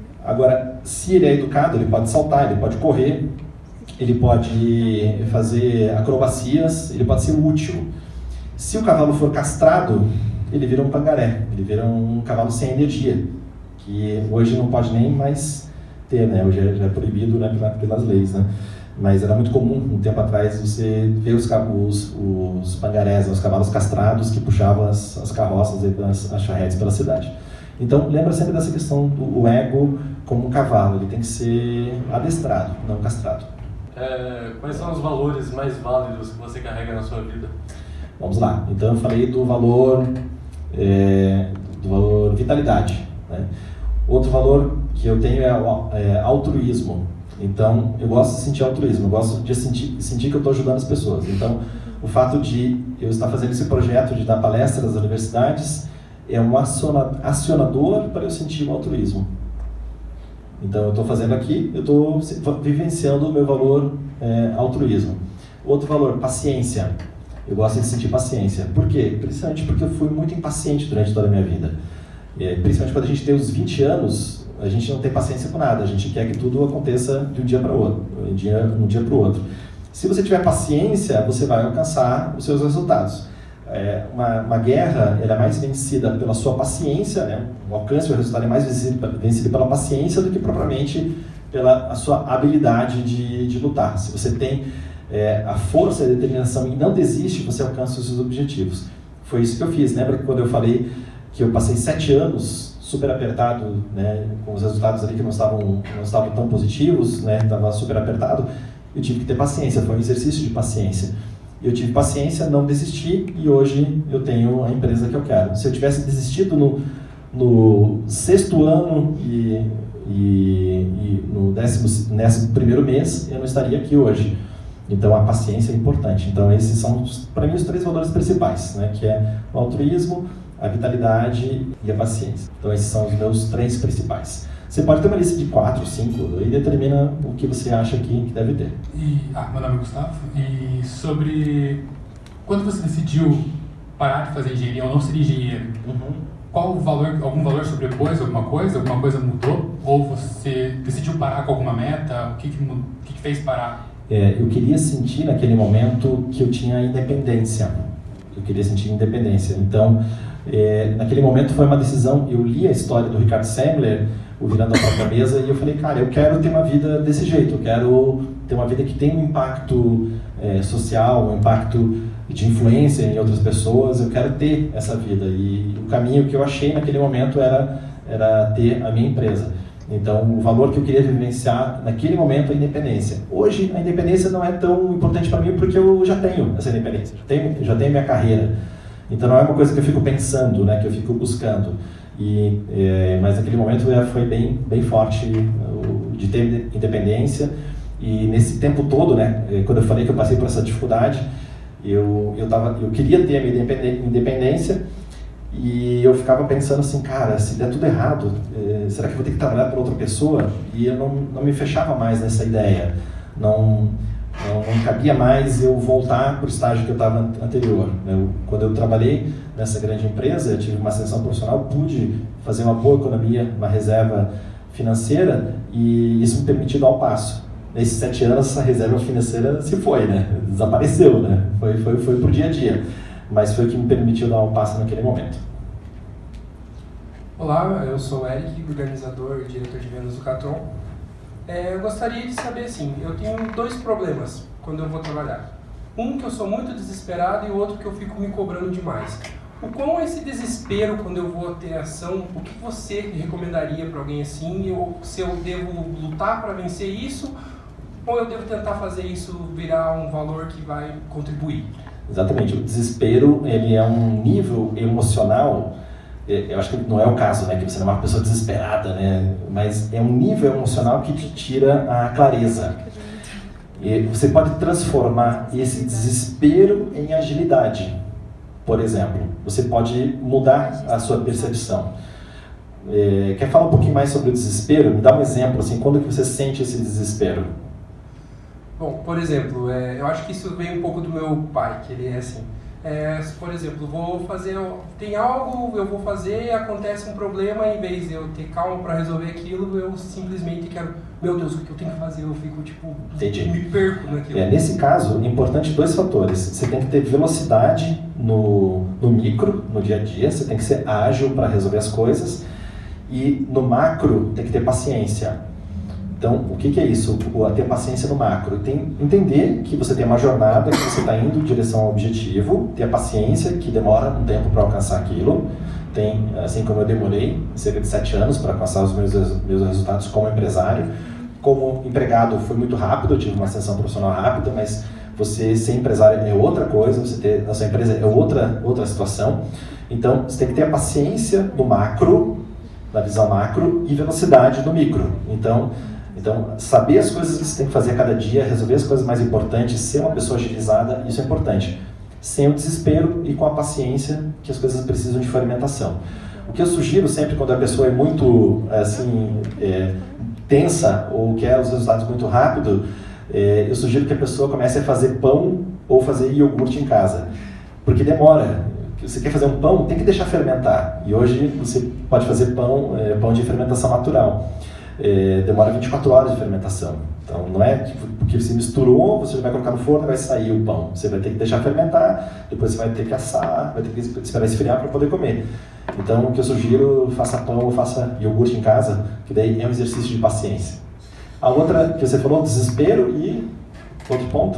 Speaker 2: Agora, se ele é educado, ele pode saltar, ele pode correr, ele pode fazer acrobacias, ele pode ser útil. Se o cavalo for castrado, ele vira um pangaré, ele vira um cavalo sem energia, que hoje não pode nem mais ter, né? Hoje já é proibido, né, pelas leis, né? Mas era muito comum, um tempo atrás, você ver os, os, os pangarés, os cavalos castrados que puxavam as, as carroças e as, as charretes pela cidade. Então, lembra sempre dessa questão do ego como um cavalo, ele tem que ser adestrado, não castrado.
Speaker 5: É, quais são os valores mais válidos que você carrega na sua vida?
Speaker 2: Vamos lá, então eu falei do valor, é, do valor vitalidade, né? Outro valor que eu tenho é, é altruísmo. Então, eu gosto de sentir altruísmo, eu gosto de sentir, sentir que eu estou ajudando as pessoas. Então, o fato de eu estar fazendo esse projeto de dar palestras nas universidades é um acionador para eu sentir o altruísmo. Então, eu estou fazendo aqui, eu estou vivenciando o meu valor é, altruísmo. Outro valor, paciência. Eu gosto de sentir paciência. Por quê? Principalmente porque eu fui muito impaciente durante toda a minha vida. É, principalmente quando a gente tem os vinte anos, a gente não tem paciência com nada. A gente quer que tudo aconteça de um dia para o outro, de um dia, um dia para o outro. Se você tiver paciência, você vai alcançar os seus resultados. É, uma, uma guerra ela é mais vencida pela sua paciência, né? O alcance, o resultado é mais vencido, vencido pela paciência do que propriamente pela a sua habilidade de, de lutar. Se você tem é, a força e a determinação e não desiste, você alcança os seus objetivos. Foi isso que eu fiz. Lembra que quando eu falei que eu passei sete anos super apertado, né, com os resultados ali que não estavam, não estavam tão positivos, né, estava super apertado, eu tive que ter paciência, foi um exercício de paciência. Eu tive paciência, não desisti e hoje eu tenho a empresa que eu quero. Se eu tivesse desistido no, no sexto ano e, e, e no décimo, décimo primeiro mês, eu não estaria aqui hoje. Então a paciência é importante. Então esses são, para mim, os três valores principais, né, que é o altruísmo, a vitalidade e a paciência. Então esses são os meus três principais. Você pode ter uma lista de quatro, cinco, e determina o que você acha que, que deve ter.
Speaker 6: E, ah, meu nome é Gustavo, e sobre quando você decidiu parar de fazer engenharia ou não ser engenheiro, uhum. qual o valor, algum valor sobrepôs alguma coisa? Alguma coisa mudou? Ou você decidiu parar com alguma meta? O que, que, o que, que fez parar?
Speaker 2: É, eu queria sentir naquele momento que eu tinha independência. Eu queria sentir independência. Então, é, naquele momento foi uma decisão, eu li a história do Ricardo Semler, o Virando a Própria Mesa, e eu falei, cara, eu quero ter uma vida desse jeito, eu quero ter uma vida que tem um impacto é, social, um impacto de influência em outras pessoas, eu quero ter essa vida. E o caminho que eu achei naquele momento era, era ter a minha empresa. Então, o valor que eu queria vivenciar naquele momento é a independência. Hoje, a independência não é tão importante para mim porque eu já tenho essa independência, já tenho, já tenho minha carreira. Então, não é uma coisa que eu fico pensando, né, que eu fico buscando. E, é, mas naquele momento é, foi bem, bem forte o, de ter independência. E nesse tempo todo, né, quando eu falei que eu passei por essa dificuldade, eu, eu, tava, eu queria ter a minha independência e eu ficava pensando assim, cara, se der tudo errado, é, será que eu vou ter que trabalhar para outra pessoa? E eu não, não me fechava mais nessa ideia. Não, não, não cabia mais eu voltar para o estágio que eu estava anterior. Eu, quando eu trabalhei nessa grande empresa, eu tive uma ascensão profissional, pude fazer uma boa economia, uma reserva financeira, e isso me permitiu dar um passo. Nesses sete anos, essa reserva financeira se foi, né? Desapareceu, né? Foi, foi, foi pro dia a dia. Mas foi o que me permitiu dar um passo naquele momento.
Speaker 7: Olá, eu sou o Eric, organizador e diretor de vendas do Catron. É, eu gostaria de saber, assim, eu tenho dois problemas quando eu vou trabalhar. Um que eu sou muito desesperado e o outro que eu fico me cobrando demais. O quão é esse desespero quando eu vou ter ação? O que você recomendaria para alguém assim? Eu, se eu devo lutar para vencer isso ou eu devo tentar fazer isso virar um valor que vai contribuir?
Speaker 2: Exatamente. O desespero, ele é um nível emocional, eu acho que não é o caso, né, que você não é uma pessoa desesperada, né, mas é um nível emocional que te tira a clareza. E você pode transformar esse desespero em agilidade, por exemplo. Você pode mudar a sua percepção. É, quer falar um pouquinho mais sobre o desespero? Me dá um exemplo, assim, quando que você sente esse desespero?
Speaker 7: Bom, por exemplo, é, eu acho que isso vem um pouco do meu pai, que ele é assim, é, por exemplo, vou fazer, tem algo, eu vou fazer, acontece um problema, em vez de eu ter calma para resolver aquilo, eu simplesmente quero, meu Deus, o que eu tenho que fazer? Eu fico, tipo,
Speaker 2: Entendi.
Speaker 7: me perco naquilo.
Speaker 2: É, nesse caso, é importante dois fatores. Você tem que ter velocidade no, no micro, no dia a dia, você tem que ser ágil para resolver as coisas, e no macro tem que ter paciência. Então, o que, que é isso? O, ter paciência no macro. Tem, entender que você tem uma jornada, que você está indo em direção ao objetivo, ter a paciência, que demora um tempo para alcançar aquilo. Tem, assim como eu demorei cerca de sete anos para alcançar os meus, meus resultados como empresário. Como empregado foi muito rápido, eu tive uma ascensão profissional rápida, mas você ser empresário é outra coisa, você ter a sua empresa é outra, outra situação. Então, você tem que ter a paciência no macro, na visão macro, e velocidade no micro. Então, Então, saber as coisas que você tem que fazer a cada dia, resolver as coisas mais importantes, ser uma pessoa agilizada, isso é importante. Sem o desespero e com a paciência que as coisas precisam de fermentação. O que eu sugiro sempre quando a pessoa é muito assim, é, tensa ou quer os resultados muito rápido, é, eu sugiro que a pessoa comece a fazer pão ou fazer iogurte em casa. Porque demora. Você quer fazer um pão, tem que deixar fermentar. E hoje você pode fazer pão, é, pão de fermentação natural. É, demora vinte e quatro horas de fermentação. Então não é que porque você misturou, você vai colocar no forno e vai sair o pão. Você vai ter que deixar fermentar, depois você vai ter que assar, vai ter que esperar esfriar para poder comer. Então o que eu sugiro, faça pão ou faça iogurte em casa, que daí é um exercício de paciência. A outra que você falou, desespero e outro ponto?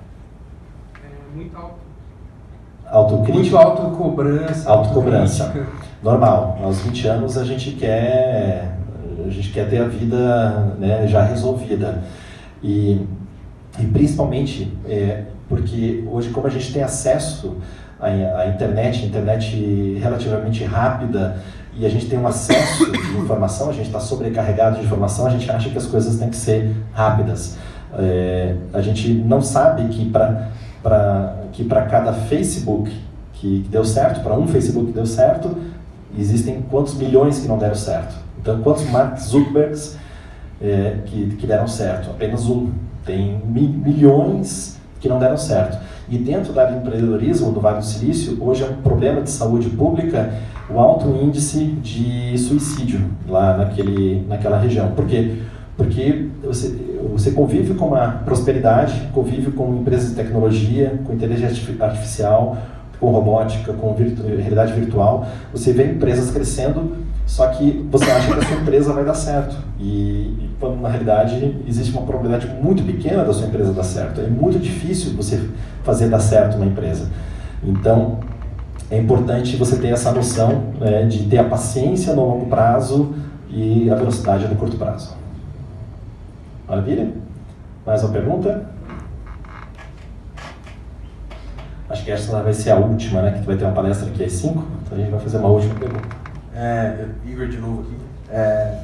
Speaker 7: É muito alto.
Speaker 2: Autocrítica.
Speaker 7: Muito autocobrança.
Speaker 2: Autocobrança. Normal. Aos vinte anos a gente quer, a gente quer ter a vida, né, já resolvida. E, e principalmente é, porque hoje, como a gente tem acesso à, à internet, internet relativamente rápida, e a gente tem um acesso de informação, a gente está sobrecarregado de informação, a gente acha que as coisas têm que ser rápidas. É, a gente não sabe que para que para cada Facebook que deu certo, para um Facebook que deu certo, existem quantos milhões que não deram certo. Então, quantos Mark Zuckerbergs é, que, que deram certo? Apenas um. Tem mi milhões que não deram certo. E dentro do empreendedorismo, do Vale do Silício, hoje é um problema de saúde pública o alto índice de suicídio lá naquele, naquela região. Por quê? Porque você, você convive com uma prosperidade, convive com empresas de tecnologia, com inteligência artificial, com robótica, com virtu realidade virtual. Você vê empresas crescendo, só que você acha que a sua empresa vai dar certo. E, e quando na realidade existe uma probabilidade muito pequena da sua empresa dar certo. É muito difícil você fazer dar certo uma empresa. Então, é importante você ter essa noção, né, de ter a paciência no longo prazo e a velocidade no curto prazo. Maravilha? Mais uma pergunta? Acho que essa vai ser a última, né? Que tu vai ter uma palestra aqui às cinco, então a gente vai fazer uma última pergunta.
Speaker 4: É, Igor de novo aqui. É,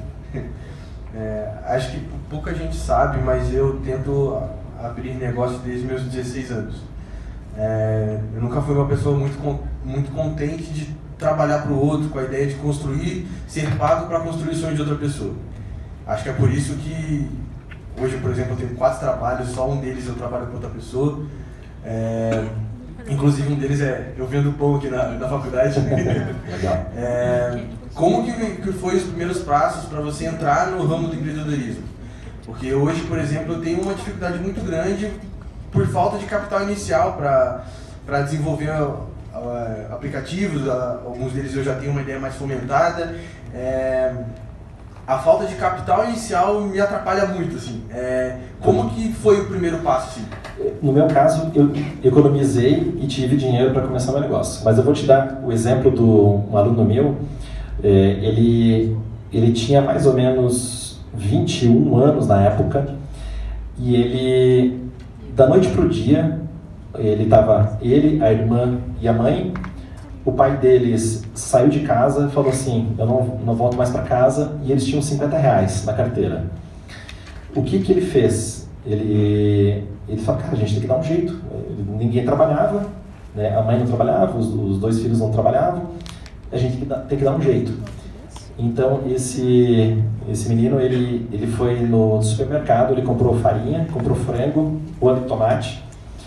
Speaker 4: é, acho que pouca gente sabe, mas eu tento abrir negócio desde meus dezesseis anos. É, eu nunca fui uma pessoa muito, muito contente de trabalhar para o outro, com a ideia de construir, ser pago para construir o sonho de outra pessoa. Acho que é por isso que hoje, por exemplo, eu tenho quatro trabalhos, só um deles eu trabalho com outra pessoa. É, inclusive um deles é eu vendo pão aqui na, na faculdade.
Speaker 2: Legal.
Speaker 4: É, como que, que foi os primeiros passos para você entrar no ramo do empreendedorismo? Porque hoje, por exemplo, eu tenho uma dificuldade muito grande por falta de capital inicial para desenvolver uh, aplicativos. Uh, alguns deles eu já tenho uma ideia mais fomentada. É, a falta de capital inicial me atrapalha muito, assim. É, como que foi o primeiro passo, assim?
Speaker 2: No meu caso, eu economizei e tive dinheiro para começar meu negócio. Mas eu vou te dar o exemplo de um aluno meu. É, ele, ele tinha mais ou menos vinte e um anos na época e ele, da noite para o dia, ele estava, ele, a irmã e a mãe. O pai deles saiu de casa e falou assim, eu não, não volto mais para casa, e eles tinham cinquenta reais na carteira. O que que ele fez? Ele, ele falou, cara, a gente tem que dar um jeito. Ninguém trabalhava, né? A mãe não trabalhava, os, os dois filhos não trabalhavam, a gente tem que dar, tem que dar um jeito. Então esse, esse menino, ele, ele foi no supermercado, ele comprou farinha, comprou frango, molho de tomate,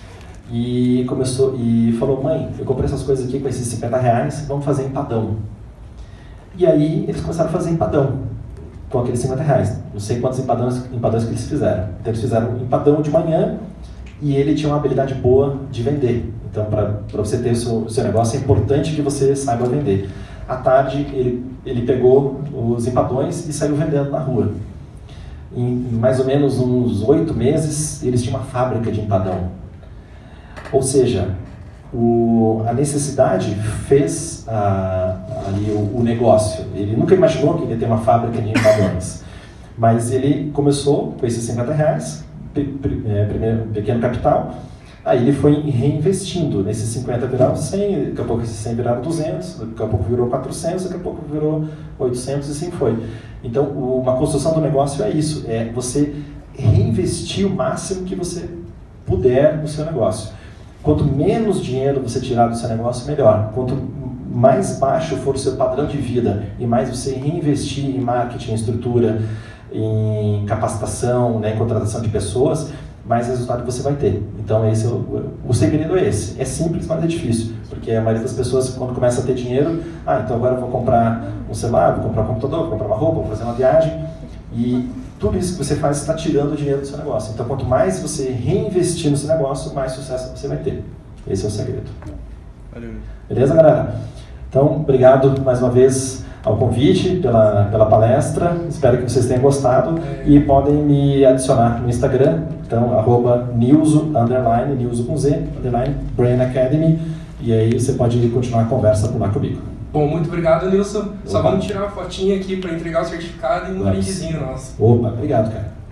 Speaker 2: e começou e falou, mãe, eu comprei essas coisas aqui com esses cinquenta reais, vamos fazer empadão. E aí eles começaram a fazer empadão com aqueles cinquenta reais. Não sei quantos empadões, empadões que eles fizeram. Então eles fizeram empadão de manhã e ele tinha uma habilidade boa de vender. Então para você ter o seu, o seu negócio é importante que você saiba vender. À tarde ele, ele pegou os empadões e saiu vendendo na rua. Em mais ou menos uns oito meses eles tinham uma fábrica de empadão. Ou seja, o, a necessidade fez a, ali o, o negócio. Ele nunca imaginou que ia ter uma fábrica de empadões. Mas ele começou com esses cinquenta reais, pe, pe, é, primeiro pequeno capital, Aí ele foi reinvestindo, nesses cinquenta viraram cem, daqui a pouco esses cem viraram duzentos, daqui a pouco virou quatrocentos, daqui a pouco virou oitocentos e assim foi. Então, uma construção do negócio é isso, é você reinvestir o máximo que você puder no seu negócio. Quanto menos dinheiro você tirar do seu negócio, melhor. Quanto mais baixo for o seu padrão de vida e mais você reinvestir em marketing, em estrutura, em capacitação, né, em contratação de pessoas, mais resultado você vai ter. Então esse é o, o segredo é esse. É simples, mas é difícil, porque a maioria das pessoas, quando começa a ter dinheiro, ah, então agora eu vou comprar um celular, vou comprar um computador, vou comprar uma roupa, vou fazer uma viagem, e tudo isso que você faz está tirando o dinheiro do seu negócio. Então quanto mais você reinvestir no seu negócio, mais sucesso você vai ter. Esse é o segredo.
Speaker 3: Valeu.
Speaker 2: Beleza, galera? Então, obrigado mais uma vez ao convite, pela, pela palestra, espero que vocês tenham gostado e podem me adicionar no Instagram, então, arroba Nilzo, underline, Nilzo com Z, underline, Brain Academy, e aí você pode continuar a conversa por lá comigo.
Speaker 7: Bom, muito obrigado, Nilson. Só
Speaker 2: Opa.
Speaker 7: vamos tirar uma fotinha aqui para entregar o certificado e um brindezinho nosso.
Speaker 2: Opa, obrigado, cara.